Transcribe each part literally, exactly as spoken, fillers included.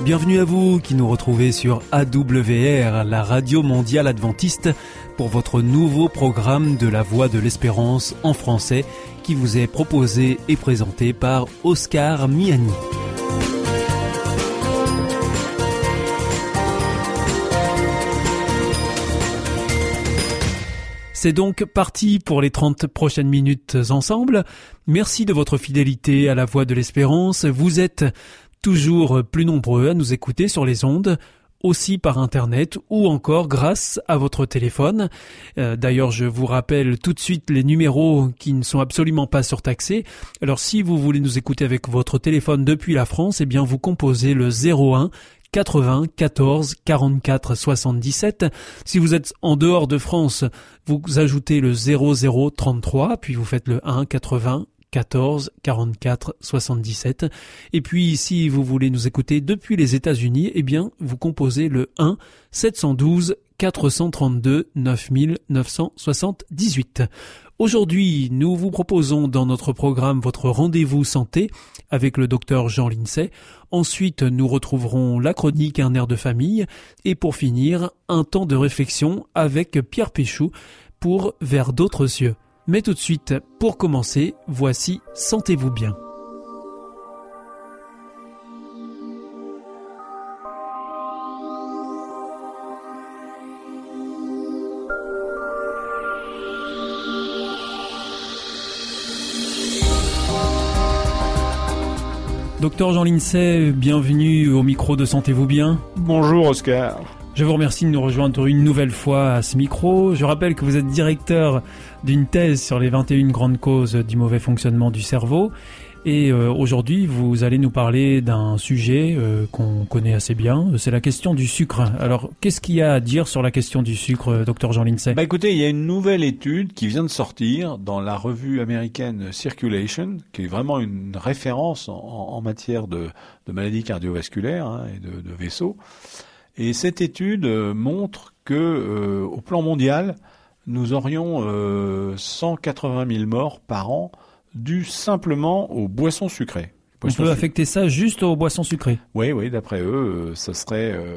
Bienvenue à vous qui nous retrouvez sur A W R, la radio mondiale adventiste, pour votre nouveau programme de la Voix de l'Espérance en français qui vous est proposé et présenté par Oscar Miani. C'est donc parti pour les trente prochaines minutes ensemble. Merci de votre fidélité à la Voix de l'Espérance. Vous êtes toujours plus nombreux à nous écouter sur les ondes, aussi par Internet ou encore grâce à votre téléphone. Euh, d'ailleurs, je vous rappelle tout de suite les numéros qui ne sont absolument pas surtaxés. Alors, si vous voulez nous écouter avec votre téléphone depuis la France, eh bien, vous composez le zéro un quatre-vingts quatorze quarante-quatre soixante-dix-sept. Si vous êtes en dehors de France, vous ajoutez le zéro zéro trente-trois, puis vous faites le un quatre-vingts quatorze quarante-quatre soixante-dix-sept. Et puis, si vous voulez nous écouter depuis les États-Unis, eh bien, vous composez le un sept un deux quatre cent trente-deux neuf neuf cent soixante-dix-huit. Aujourd'hui, nous vous proposons dans notre programme votre rendez-vous santé avec le docteur Jean Lindsay. Ensuite, nous retrouverons la chronique Un air de famille. Et pour finir, un temps de réflexion avec Pierre Péchou pour Vers d'autres cieux. Mais tout de suite, pour commencer, voici Sentez-vous bien. Docteur Jean Lindsay, bienvenue au micro de Sentez-vous bien. Bonjour Oscar. Je vous remercie de nous rejoindre une nouvelle fois à ce micro. Je rappelle que vous êtes directeur d'une thèse sur les vingt et une grandes causes du mauvais fonctionnement du cerveau. Et euh, aujourd'hui, vous allez nous parler d'un sujet euh, qu'on connaît assez bien, c'est la question du sucre. Alors, qu'est-ce qu'il y a à dire sur la question du sucre, docteur Jean Lindsay ? Bah écoutez, il y a une nouvelle étude qui vient de sortir dans la revue américaine Circulation, qui est vraiment une référence en, en matière de, de maladies cardiovasculaires hein, et de, de vaisseaux. Et cette étude montre que, euh, au plan mondial, nous aurions euh, cent quatre-vingt mille morts par an dus simplement aux boissons sucrées. Boissons On peut sucrées. affecter ça juste aux boissons sucrées. Oui, oui, d'après eux, euh, ça serait euh,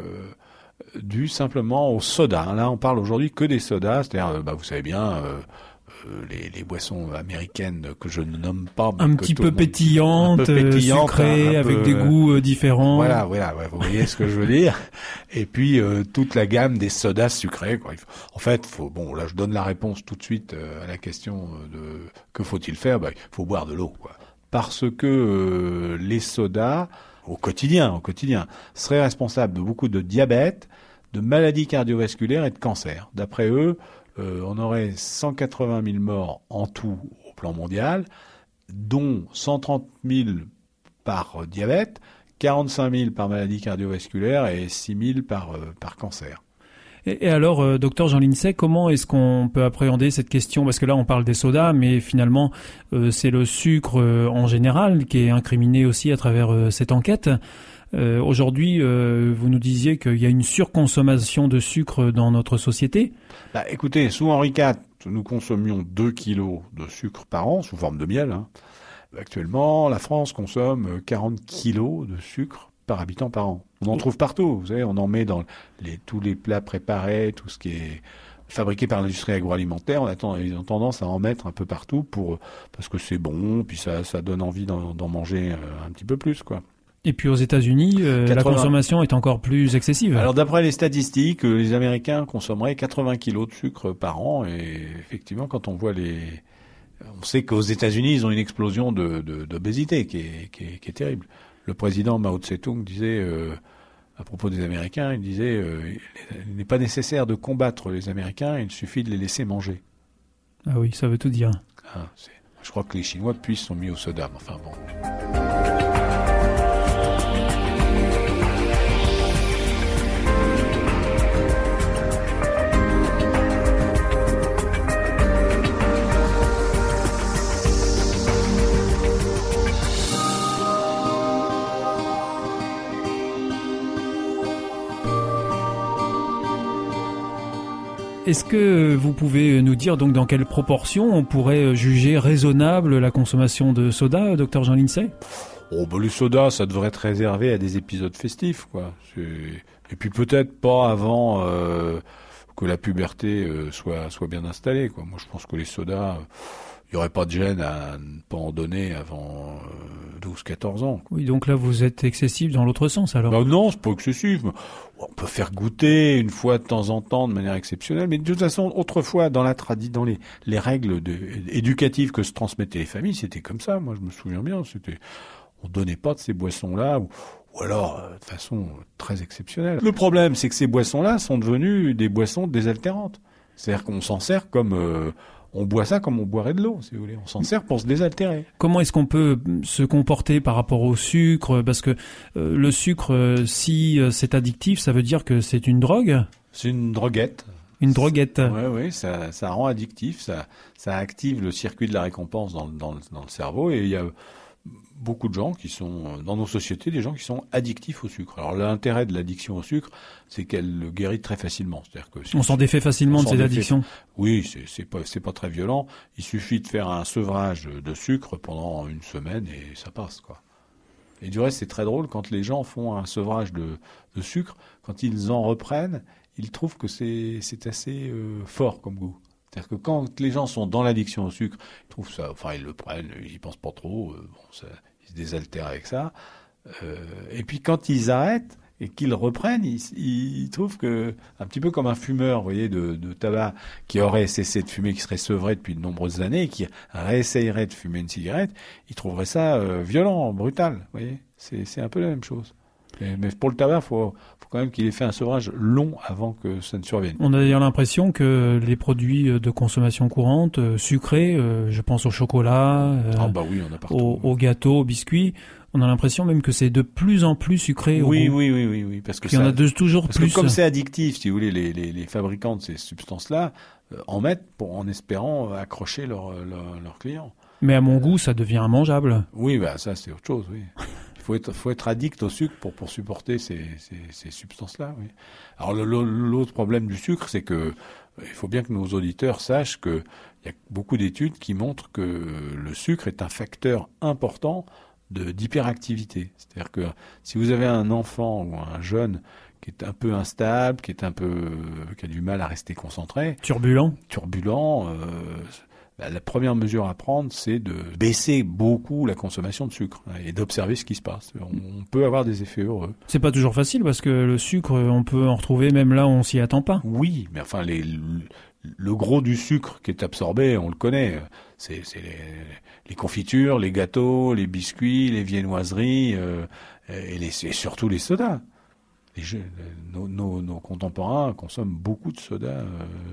dû simplement au soda. Là, on parle aujourd'hui que des sodas, c'est-à-dire, euh, bah, vous savez bien, euh, euh, les, les boissons américaines que je ne nomme pas. Un petit peu pétillantes, pétillante, sucrées, un peu, avec des goûts euh, différents. Voilà, voilà, ouais, vous voyez ce que je veux dire. Et puis euh, toute la gamme des sodas sucrés. Quoi. En fait, faut, bon, là, je donne la réponse tout de suite euh, à la question de que faut-il faire. Bah, il faut boire de l'eau, quoi. Parce que euh, les sodas, au quotidien, au quotidien, seraient responsables de beaucoup de diabète, de maladies cardiovasculaires et de cancer. D'après eux, euh, on aurait cent quatre-vingt mille morts en tout au plan mondial, dont cent trente mille par diabète, quarante-cinq mille par maladie cardiovasculaire et six mille par, euh, par cancer. Et, et alors, euh, docteur Jean Lindsay, comment est-ce qu'on peut appréhender cette question ? Parce que là, on parle des sodas, mais finalement, euh, c'est le sucre euh, en général qui est incriminé aussi à travers euh, cette enquête. Euh, aujourd'hui, euh, vous nous disiez qu'il y a une surconsommation de sucre dans notre société. Bah, écoutez, sous Henri quatre, nous consommions deux kilos de sucre par an, sous forme de miel. Hein. Actuellement, la France consomme quarante kilos de sucre par habitant par an. On en trouve partout, vous savez, on en met dans les, tous les plats préparés, tout ce qui est fabriqué par l'industrie agroalimentaire. On a tendance à en mettre un peu partout pour, parce que c'est bon, puis ça, ça donne envie d'en, d'en manger un petit peu plus, quoi. Et puis aux États-Unis, euh, la consommation est encore plus excessive. Alors d'après les statistiques, les Américains consommeraient quatre-vingts kilos de sucre par an. Et effectivement, quand on voit les... On sait qu'aux États-Unis, ils ont une explosion de, de, d'obésité qui est, qui, est, qui est terrible. Le président Mao Tse-tung disait, euh, à propos des Américains, il disait euh, il n'est pas nécessaire de combattre les Américains, il suffit de les laisser manger. Ah oui, ça veut tout dire. Ah, c'est... Je crois que les Chinois, depuis, se sont mis au soda. Enfin bon... Est-ce que vous pouvez nous dire donc dans quelle proportion on pourrait juger raisonnable la consommation de soda, docteur Jean Lindsay ? Oh, bah, le soda, ça devrait être réservé à des épisodes festifs, quoi. C'est... Et puis peut-être pas avant euh, que la puberté euh, soit soit bien installée, quoi. Moi, je pense que les sodas, il y aurait pas de gêne à ne pas en donner avant euh, douze quatorze ans. Oui, donc là, vous êtes excessif dans l'autre sens, alors. Ben non, c'est pas excessif. On peut faire goûter une fois de temps en temps de manière exceptionnelle, mais de toute façon, autrefois, dans la tradi, dans les, les règles de, éducatives que se transmettaient les familles, c'était comme ça. Moi, je me souviens bien. C'était, on donnait pas de ces boissons-là, ou, ou alors euh, de façon très exceptionnelle. Le problème, c'est que ces boissons-là sont devenues des boissons désaltérantes. C'est-à-dire qu'on s'en sert comme euh, on boit ça comme on boirait de l'eau, si vous voulez. On s'en sert pour se désaltérer. Comment est-ce qu'on peut se comporter par rapport au sucre ? Parce que euh, le sucre, euh, si euh, c'est addictif, ça veut dire que c'est une drogue ? C'est une droguette. Une droguette. Oui, oui, ça, ça rend addictif, ça, ça active le circuit de la récompense dans, dans, dans le cerveau, et il y a beaucoup de gens qui sont, dans nos sociétés, des gens qui sont addictifs au sucre. Alors l'intérêt de l'addiction au sucre, c'est qu'elle le guérit très facilement. C'est-à-dire que on s'en défait facilement de ces addictions. Oui, c'est, c'est pas, c'est pas très violent. Il suffit de faire un sevrage de sucre pendant une semaine et ça passe, quoi. Et du reste, c'est très drôle quand les gens font un sevrage de, de sucre, quand ils en reprennent, ils trouvent que c'est, c'est assez euh, fort comme goût. C'est-à-dire que quand les gens sont dans l'addiction au sucre, ils trouvent ça, enfin ils le prennent, ils y pensent pas trop, euh, bon, ça, ils se désaltèrent avec ça. Euh, et puis quand ils arrêtent et qu'ils reprennent, ils, ils trouvent que, un petit peu comme un fumeur, vous voyez, de, de tabac qui aurait cessé de fumer, qui serait sevré depuis de nombreuses années, et qui réessayerait de fumer une cigarette, ils trouveraient ça euh, violent, brutal, vous voyez. C'est, c'est un peu la même chose. Mais, mais pour le tabac, faut, faut quand même qu'il ait fait un sevrage long avant que ça ne survienne. On a d'ailleurs l'impression que les produits de consommation courante, euh, sucrés, euh, je pense au chocolat, euh, ah bah oui, on a partout, aux, aux gâteaux, aux biscuits, on a l'impression même que c'est de plus en plus sucré. Oui, au goût. oui, oui, oui, oui, parce que il y en a de toujours parce plus. Que comme c'est addictif, si vous voulez, les, les, les fabricants de ces substances-là euh, en mettent pour, en espérant accrocher leurs leur, leur clients. Mais à mon goût, ça devient immangeable. Oui, bah ça c'est autre chose, oui. Il faut être, faut être addict au sucre pour, pour supporter ces, ces, ces substances-là, oui. Alors le, l'autre problème du sucre, c'est que il faut bien que nos auditeurs sachent que il y a beaucoup d'études qui montrent que le sucre est un facteur important de, d'hyperactivité. C'est-à-dire que si vous avez un enfant ou un jeune qui est un peu instable, qui est un peu, qui a du mal à rester concentré, turbulent, turbulent, euh, la première mesure à prendre, c'est de baisser beaucoup la consommation de sucre et d'observer ce qui se passe. On peut avoir des effets heureux. C'est pas toujours facile parce que le sucre, on peut en retrouver même là où on s'y attend pas. Oui, mais enfin, les, le gros du sucre qui est absorbé, on le connaît. C'est, c'est les, les confitures, les gâteaux, les biscuits, les viennoiseries euh, et, les, et surtout les sodas. Les jeux, nos, nos, nos contemporains consomment beaucoup de sodas euh,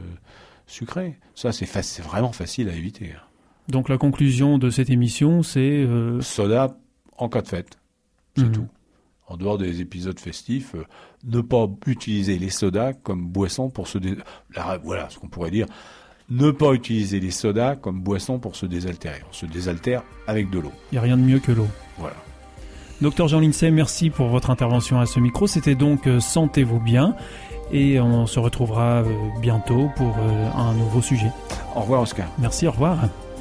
sucré. Ça, c'est, fa- c'est vraiment facile à éviter. Donc la conclusion de cette émission, c'est... Euh... Soda en cas de fête. C'est mmh. tout. En dehors des épisodes festifs, euh, ne pas utiliser les sodas comme boisson pour se... Dé... Là, voilà ce qu'on pourrait dire. Ne pas utiliser les sodas comme boisson pour se désaltérer. On se désaltère avec de l'eau. Il n'y a rien de mieux que l'eau. Voilà. Docteur Jean Lindsay, merci pour votre intervention à ce micro. C'était donc euh, Sentez-vous bien. Et on se retrouvera euh, bientôt pour euh, un nouveau sujet. Au revoir Oscar. Merci, au revoir.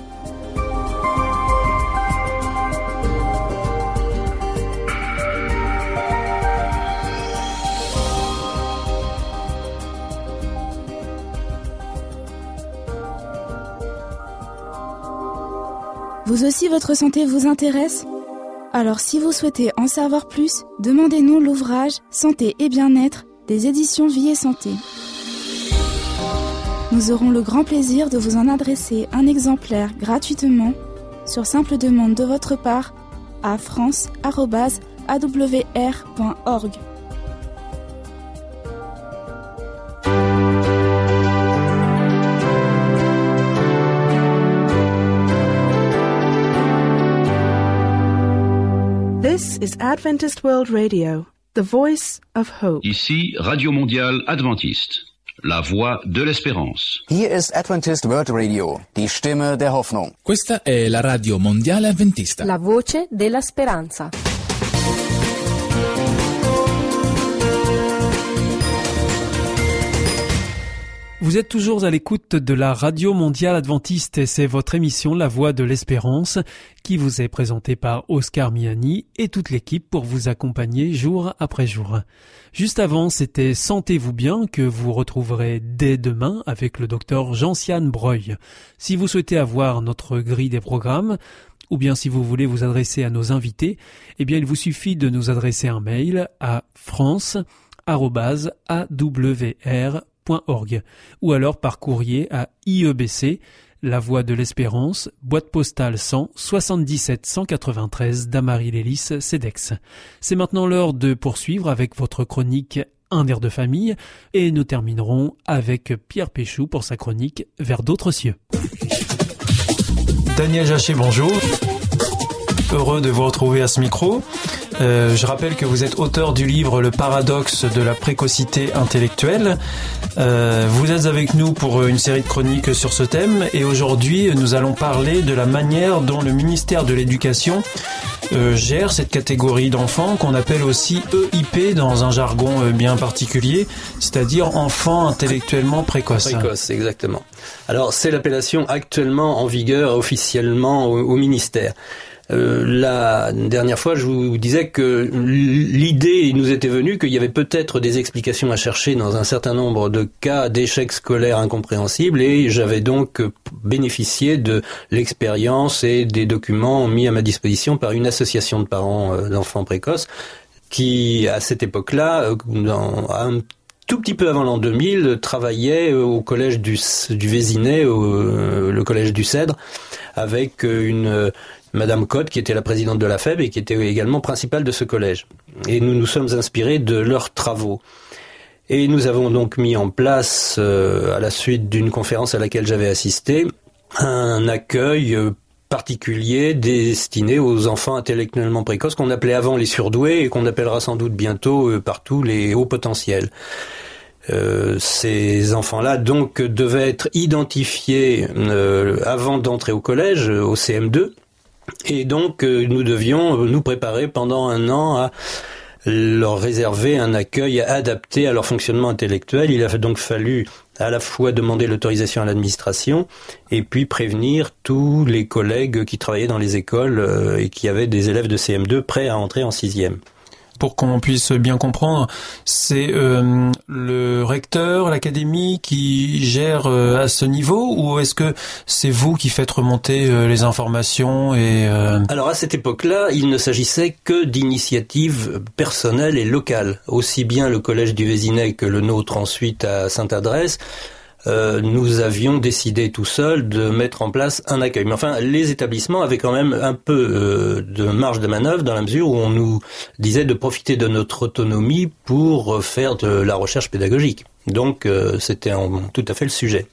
Vous aussi, votre santé vous intéresse ? Alors si vous souhaitez en savoir plus, demandez-nous l'ouvrage Santé et bien-être des éditions Vie et Santé. Nous aurons le grand plaisir de vous en adresser un exemplaire gratuitement, sur simple demande de votre part, à france arobase a w r point org. This is Adventist World Radio, the voice of hope. Ici, Radio Mondiale Adventiste, la voix de l'espérance. Hier ist Adventist World Radio, die Stimme der Hoffnung. Questa è la Radio Mondiale Adventista, la voce della speranza. Vous êtes toujours à l'écoute de la Radio Mondiale Adventiste et c'est votre émission La Voix de l'Espérance qui vous est présentée par Oscar Miani et toute l'équipe pour vous accompagner jour après jour. Juste avant, c'était Sentez-vous bien que vous retrouverez dès demain avec le docteur Jean-Siane Breuil. Si vous souhaitez avoir notre grille des programmes, ou bien si vous voulez vous adresser à nos invités, eh bien il vous suffit de nous adresser un mail à france arobase a w r point org ou alors par courrier à I E B C, La Voix de l'Espérance, boîte postale cent, soixante-dix-sept cent quatre-vingt-treize d'Amarie-Lélis, Cedex. C'est maintenant l'heure de poursuivre avec votre chronique Un air de famille et nous terminerons avec Pierre Péchou pour sa chronique Vers d'autres cieux. Daniel Jachet, bonjour. Heureux de vous retrouver à ce micro. Euh, je rappelle que vous êtes auteur du livre Le paradoxe de la précocité intellectuelle. Euh, vous êtes avec nous pour une série de chroniques sur ce thème et aujourd'hui nous allons parler de la manière dont le ministère de l'Éducation euh, gère cette catégorie d'enfants qu'on appelle aussi E I P dans un jargon bien particulier, c'est-à-dire enfants intellectuellement précoces. Précoces, exactement. Alors c'est l'appellation actuellement en vigueur officiellement au, au ministère. Euh, la dernière fois, je vous disais que l'idée nous était venue qu'il y avait peut-être des explications à chercher dans un certain nombre de cas d'échecs scolaires incompréhensibles et j'avais donc bénéficié de l'expérience et des documents mis à ma disposition par une association de parents d'enfants précoces qui, à cette époque-là, dans, un tout petit peu avant l'an deux mille, travaillait au collège du, du Vésinet, au, le collège du Cèdre, avec une Madame Cotte, qui était la présidente de la F E B et qui était également principale de ce collège. Et nous nous sommes inspirés de leurs travaux. Et nous avons donc mis en place, euh, à la suite d'une conférence à laquelle j'avais assisté, un accueil euh, particulier destiné aux enfants intellectuellement précoces qu'on appelait avant les surdoués et qu'on appellera sans doute bientôt euh, partout les hauts potentiels. Euh, ces enfants-là donc devaient être identifiés euh, avant d'entrer au collège, au C M deux. Et donc, euh, nous devions nous préparer pendant un an à leur réserver un accueil adapté à leur fonctionnement intellectuel. Il a donc fallu à la fois demander l'autorisation à l'administration et puis prévenir tous les collègues qui travaillaient dans les écoles euh, et qui avaient des élèves de C M deux prêts à entrer en sixième. Pour qu'on puisse bien comprendre, c'est euh, le recteur, l'académie qui gère euh, à ce niveau ou est-ce que c'est vous qui faites remonter euh, les informations et euh... Alors à cette époque-là, il ne s'agissait que d'initiatives personnelles et locales. Aussi bien le collège du Vésinet que le nôtre ensuite à Sainte-Adresse, Euh, nous avions décidé tout seuls de mettre en place un accueil. Mais enfin, les établissements avaient quand même un peu euh, de marge de manœuvre dans la mesure où on nous disait de profiter de notre autonomie pour faire de la recherche pédagogique. Donc, euh, c'était en, tout à fait le sujet.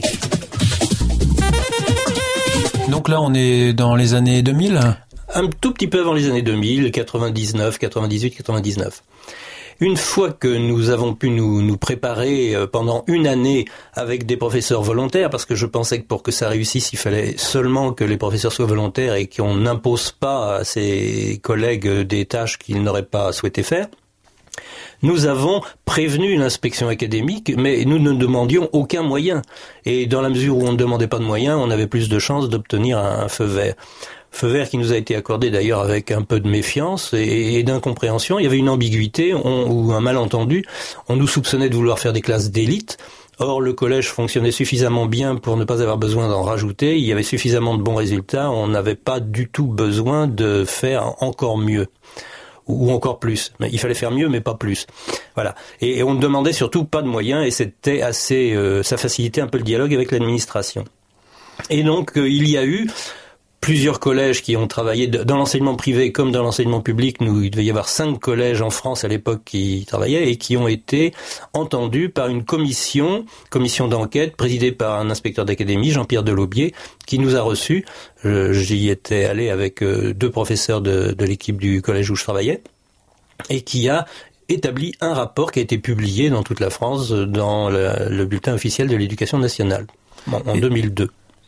Donc là, on est dans les années deux mille ? Un tout petit peu avant les années deux mille, quatre-vingt-dix-neuf, quatre-vingt-dix-huit, quatre-vingt-dix-neuf. Une fois que nous avons pu nous, nous préparer pendant une année avec des professeurs volontaires, parce que je pensais que pour que ça réussisse, il fallait seulement que les professeurs soient volontaires et qu'on n'impose pas à ses collègues des tâches qu'ils n'auraient pas souhaité faire, nous avons prévenu l'inspection académique, mais nous ne demandions aucun moyen. Et dans la mesure où on ne demandait pas de moyens, on avait plus de chances d'obtenir un, un feu vert. Feu vert qui nous a été accordé d'ailleurs avec un peu de méfiance et, et d'incompréhension. Il y avait une ambiguïté on, ou un malentendu. On nous soupçonnait de vouloir faire des classes d'élite. Or, le collège fonctionnait suffisamment bien pour ne pas avoir besoin d'en rajouter. Il y avait suffisamment de bons résultats. On n'avait pas du tout besoin de faire encore mieux. Ou encore plus. Il fallait faire mieux, mais pas plus. Voilà. Et, et on ne demandait surtout pas de moyens et c'était assez, euh, ça facilitait un peu le dialogue avec l'administration. Et donc, euh, il y a eu plusieurs collèges qui ont travaillé dans l'enseignement privé comme dans l'enseignement public. Nous, il devait y avoir cinq collèges en France à l'époque qui travaillaient et qui ont été entendus par une commission, commission d'enquête présidée par un inspecteur d'académie, Jean-Pierre Delaubier, qui nous a reçus. Je, j'y étais allé avec deux professeurs de, de l'équipe du collège où je travaillais et qui a établi un rapport qui a été publié dans toute la France dans le, le bulletin officiel de l'éducation nationale en, en deux mille deux.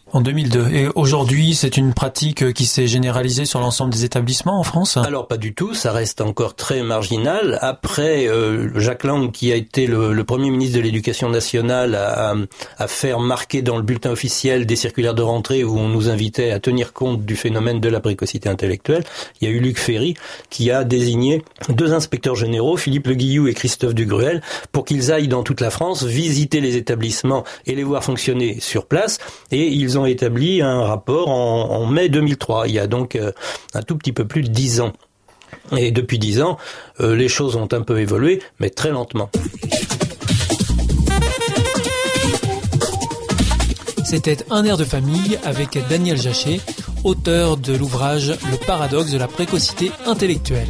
En deux mille deux. Et aujourd'hui, c'est une pratique qui s'est généralisée sur l'ensemble des établissements en France ? Alors pas du tout, ça reste encore très marginal. Après, euh, Jacques Lang, qui a été le, le premier ministre de l'Éducation nationale, a, a fait marquer dans le bulletin officiel des circulaires de rentrée où on nous invitait à tenir compte du phénomène de la précocité intellectuelle. Il y a eu Luc Ferry qui a désigné deux inspecteurs généraux, Philippe Le Guillou et Christophe Dugruel, pour qu'ils aillent dans toute la France visiter les établissements et les voir fonctionner sur place. Et ils ont établi un rapport en, en mai deux mille trois, il y a donc euh, un tout petit peu plus de dix ans. Et depuis dix ans, euh, les choses ont un peu évolué, mais très lentement. C'était Un air de famille avec Daniel Jachet, auteur de l'ouvrage Le paradoxe de la précocité intellectuelle.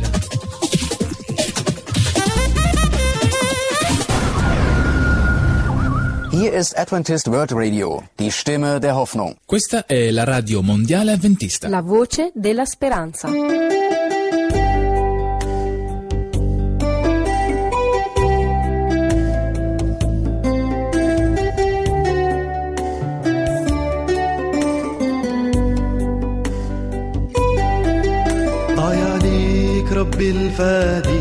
Hier ist Adventist World Radio, die Stimme der Hoffnung. Questa è la radio mondiale adventista. La voce della speranza. عياليك ربي الفادي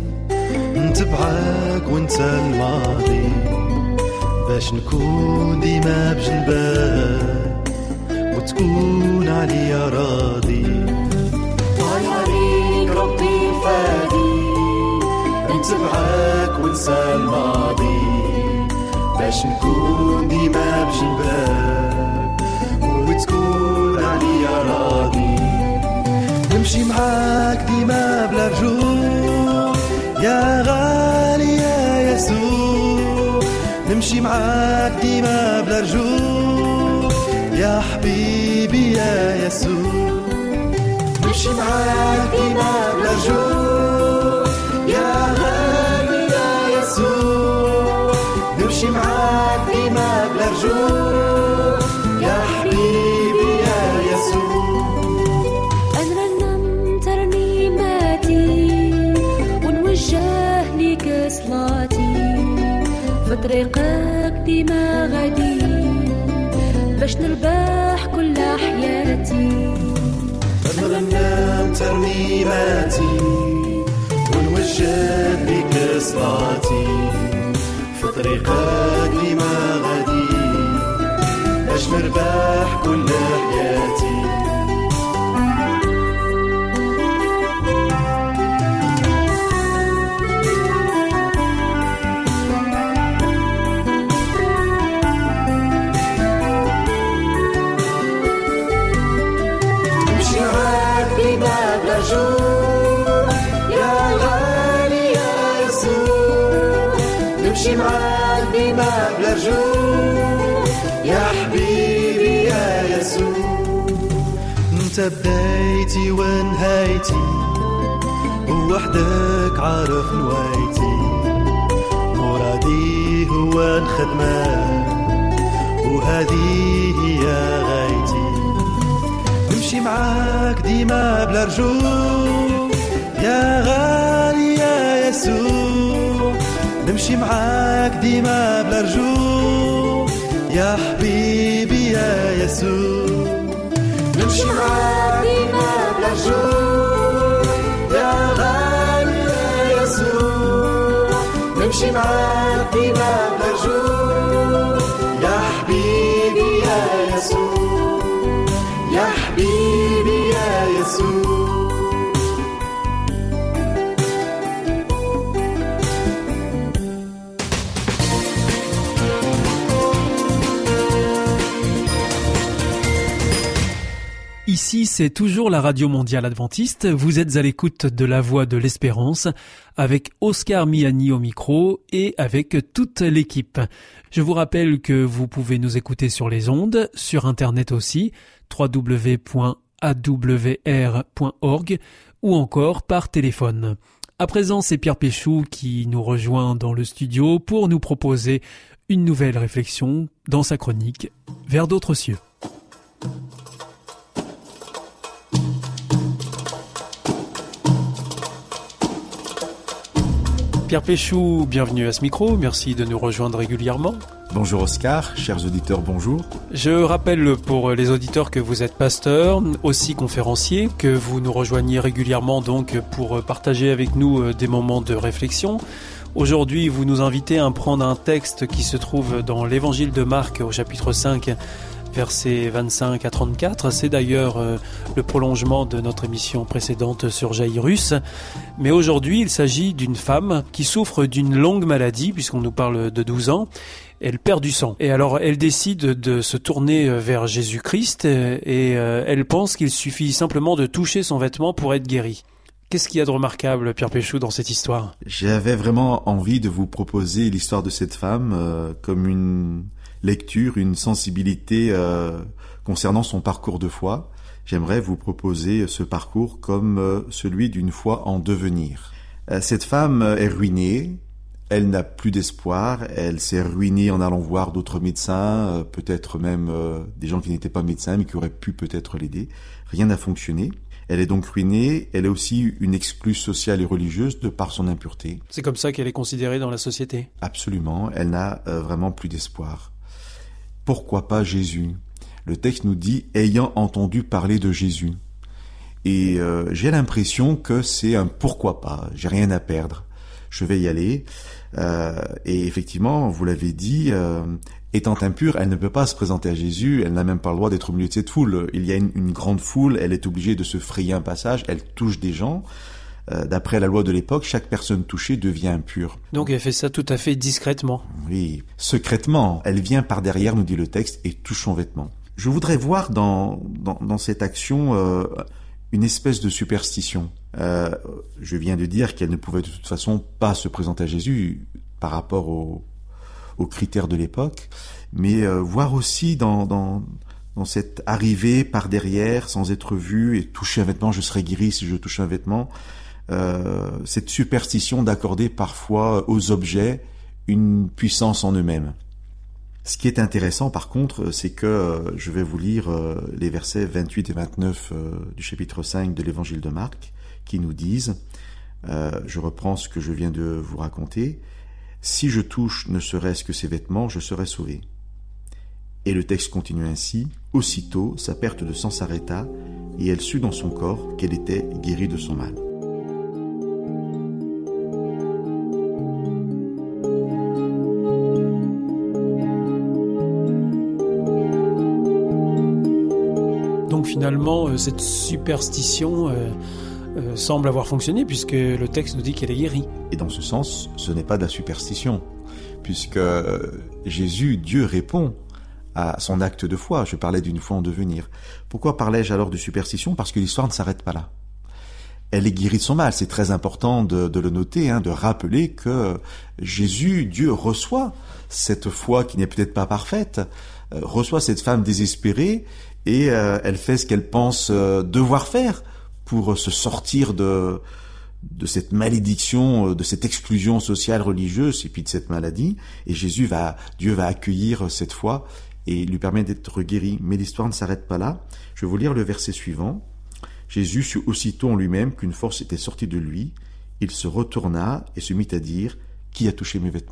نتبعك وانت الماضي باش نكون ديما بجنبك وتكون عليا راضي. عياليك ربي الفادي نتبعك ونسى الماضي باش نكون ديما بجنبك وتكون عليا راضي. نمشي معاك ديما بلا رجوع يا غالي يا يسوع. نمشي معاك ديما بلا رجوع يا حبيبي يا يسوع. نمشي معاك ديما بلا رجوع يا غالي يا يسوع. نمشي معاك ديما بلا رجوع يا حبيبي يا يسوع. أنرنم ترنيماتي ونوجه ليك صلاتي في طريقك ديما غادي باش نربح كل حياتي. نرنم ترنيماتي ونوجه ليك صلاتي في طريقك ديما غادي باش نربح كل حياتي. يا غالي يا يسوع. نمشي معاك ديما بلا رجوع يا حبيبي يا يسوع. انت بدايتي ونهايتي ووحدك عارف نوايتي. مرادي هو نخدمك وهذه هي غايتي. نمشي معاك ديما بلا رجوع يا غالي يا يسوع. نمشي معاك ديما بلا رجوع يا حبيبي يا يسوع. نمشي معاك ديما بلا رجوع يا غالي يا يسوع. نمشي معاك ديما بلا رجوع يا حبيبي يا يسوع. يا حبيبي يا يسوع. Ici, c'est toujours la Radio Mondiale Adventiste. Vous êtes à l'écoute de La Voix de l'Espérance avec Oscar Miani au micro et avec toute l'équipe. Je vous rappelle que vous pouvez nous écouter sur les ondes, sur Internet aussi, w w w point a w r point org ou encore par téléphone. À présent, c'est Pierre Péchou qui nous rejoint dans le studio pour nous proposer une nouvelle réflexion dans sa chronique « Vers d'autres cieux ». Pierre Péchou, bienvenue à ce micro, merci de nous rejoindre régulièrement. Bonjour Oscar, chers auditeurs, bonjour. Je rappelle pour les auditeurs que vous êtes pasteur, aussi conférencier, que vous nous rejoignez régulièrement donc pour partager avec nous des moments de réflexion. Aujourd'hui, vous nous invitez à prendre un texte qui se trouve dans l'évangile de Marc au chapitre cinq, versets vingt-cinq à trente-quatre. C'est d'ailleurs euh, le prolongement de notre émission précédente sur Jaïrus. Mais aujourd'hui, il s'agit d'une femme qui souffre d'une longue maladie, puisqu'on nous parle de douze ans. Elle perd du sang. Et alors, elle décide de se tourner vers Jésus-Christ et euh, elle pense qu'il suffit simplement de toucher son vêtement pour être guérie. Qu'est-ce qu'il y a de remarquable, Pierre Péchou, dans cette histoire ? J'avais vraiment envie de vous proposer l'histoire de cette femme euh, comme une lecture, une sensibilité euh, concernant son parcours de foi. J'aimerais vous proposer ce parcours comme euh, celui d'une foi en devenir. Euh, cette femme est ruinée. Elle n'a plus d'espoir, elle s'est ruinée en allant voir d'autres médecins, euh, peut-être même euh, des gens qui n'étaient pas médecins mais qui auraient pu peut-être l'aider. Rien n'a fonctionné. Elle est donc ruinée, elle est aussi une exclue sociale et religieuse de par son impureté. C'est comme ça qu'elle est considérée dans la société ? Absolument, elle n'a euh, vraiment plus d'espoir. Pourquoi pas Jésus ? Le texte nous dit « ayant entendu parler de Jésus ». Et euh, j'ai l'impression que c'est un « pourquoi pas », j'ai rien à perdre. Je vais y aller. Euh, et effectivement, vous l'avez dit, euh, étant impure, elle ne peut pas se présenter à Jésus, elle n'a même pas le droit d'être au milieu de cette foule. Il y a une, une grande foule, elle est obligée de se frayer un passage, elle touche des gens. Euh, d'après la loi de l'époque, chaque personne touchée devient impure. Donc elle fait ça tout à fait discrètement. Oui, secrètement. Elle vient par derrière, nous dit le texte, et touche son vêtement. Je voudrais voir dans, dans, dans cette action euh, une espèce de superstition. Euh, je viens de dire qu'elle ne pouvait de toute façon pas se présenter à Jésus par rapport aux, aux critères de l'époque, mais euh, voir aussi dans, dans, dans cette arrivée par derrière, sans être vue, et toucher un vêtement, je serai guéri si je touche un vêtement, euh, cette superstition d'accorder parfois aux objets une puissance en eux-mêmes. Ce qui est intéressant par contre, c'est que euh, je vais vous lire euh, les versets vingt-huit et vingt-neuf euh, du chapitre cinq de l'évangile de Marc, qui nous disent, euh, je reprends ce que je viens de vous raconter, « Si je touche ne serait-ce que ses vêtements, je serai sauvé. » Et le texte continue ainsi, « Aussitôt, sa perte de sang s'arrêta, et elle sut dans son corps qu'elle était guérie de son mal. » Donc finalement, cette superstition euh, euh, semble avoir fonctionné puisque le texte nous dit qu'elle est guérie. Et dans ce sens, ce n'est pas de la superstition, puisque Jésus, Dieu, répond à son acte de foi. Je parlais d'une foi en devenir. Pourquoi parlais-je alors de superstition ? Parce que l'histoire ne s'arrête pas là. Elle est guérie de son mal. C'est très important de, de le noter, hein, de rappeler que Jésus, Dieu, reçoit cette foi qui n'est peut-être pas parfaite, euh, reçoit cette femme désespérée, et euh, elle fait ce qu'elle pense euh, devoir faire pour euh, se sortir de, de cette malédiction, euh, de cette exclusion sociale, religieuse, et puis de cette maladie. Et Jésus va, Dieu va accueillir cette foi et lui permet d'être guéri. Mais l'histoire ne s'arrête pas là. Je vais vous lire le verset suivant. Jésus sut aussitôt en lui-même qu'une force était sortie de lui. Il se retourna et se mit à dire « Qui a touché mes vêtements ?»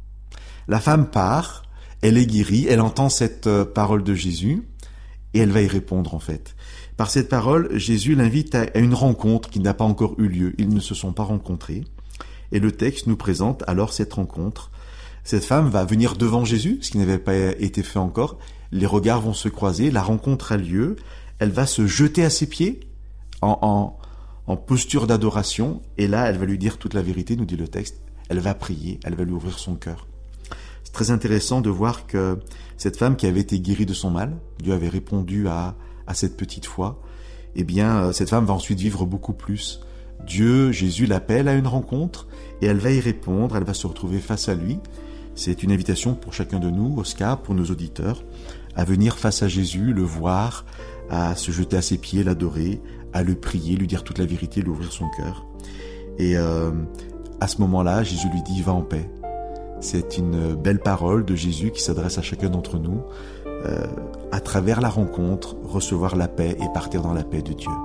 La femme part, elle est guérie, elle entend cette euh, parole de Jésus, et elle va y répondre en fait. Par cette parole, Jésus l'invite à une rencontre qui n'a pas encore eu lieu. Ils ne se sont pas rencontrés. Et le texte nous présente alors cette rencontre. Cette femme va venir devant Jésus, ce qui n'avait pas été fait encore. Les regards vont se croiser, la rencontre a lieu. Elle va se jeter à ses pieds en, en, en posture d'adoration. Et là, elle va lui dire toute la vérité, nous dit le texte. Elle va prier, elle va lui ouvrir son cœur. C'est très intéressant de voir que cette femme qui avait été guérie de son mal, Dieu avait répondu à, à cette petite foi, eh bien, cette femme va ensuite vivre beaucoup plus. Dieu, Jésus l'appelle à une rencontre et elle va y répondre, elle va se retrouver face à lui. C'est une invitation pour chacun de nous, Oscar, pour nos auditeurs, à venir face à Jésus, le voir, à se jeter à ses pieds, l'adorer, à le prier, lui dire toute la vérité, lui ouvrir son cœur. Et euh, à ce moment-là, Jésus lui dit « Va en paix ». C'est une belle parole de Jésus qui s'adresse à chacun d'entre nous, euh, à travers la rencontre, recevoir la paix et partir dans la paix de Dieu.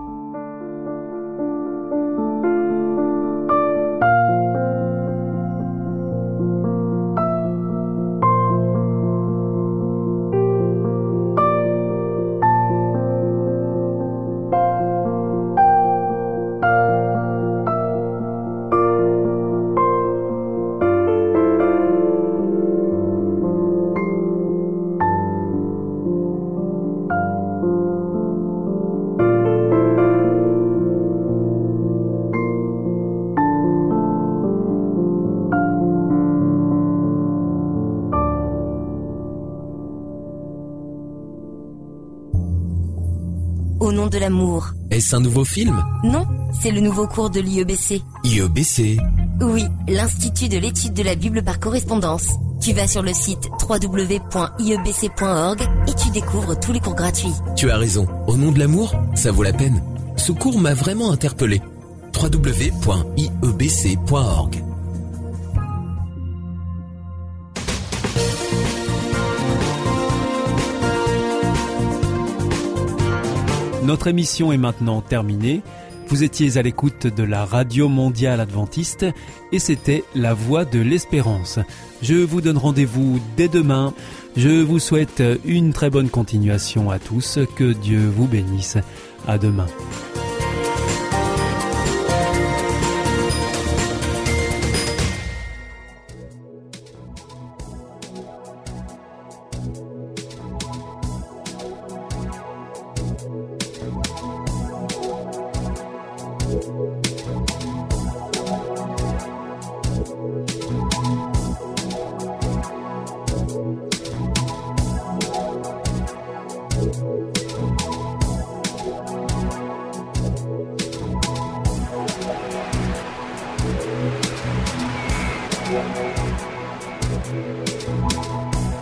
Au nom de l'amour. Est-ce un nouveau film? Non, c'est le nouveau cours de l'I E B C. I E B C? Oui, l'Institut de l'étude de la Bible par correspondance. Tu vas sur le site w w w point i e b c point org et tu découvres tous les cours gratuits. Tu as raison. Au nom de l'amour, ça vaut la peine. Ce cours m'a vraiment interpellé. w w w point i e b c point org. Notre émission est maintenant terminée. Vous étiez à l'écoute de la Radio Mondiale Adventiste et c'était La Voix de l'Espérance. Je vous donne rendez-vous dès demain. Je vous souhaite une très bonne continuation à tous. Que Dieu vous bénisse. À demain.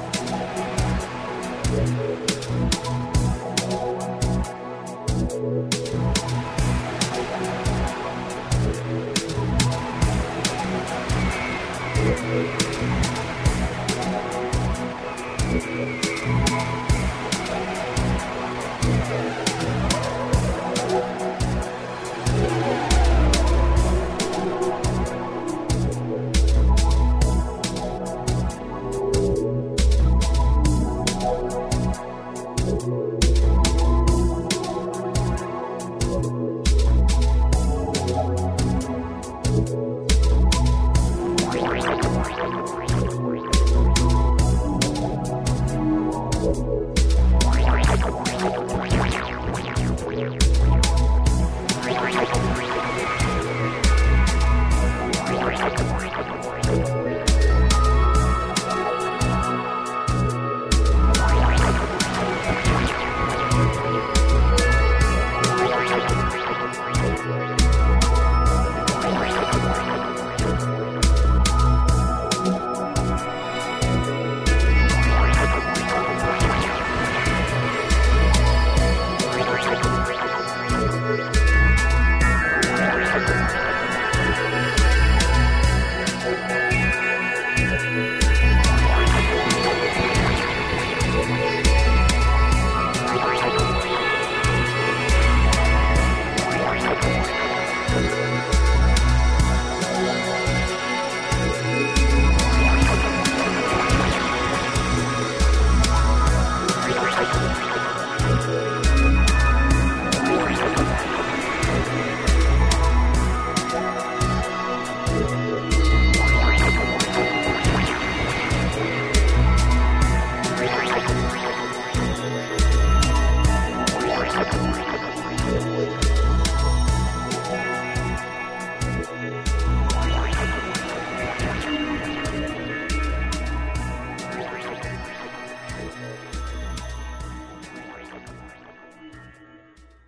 Thank you.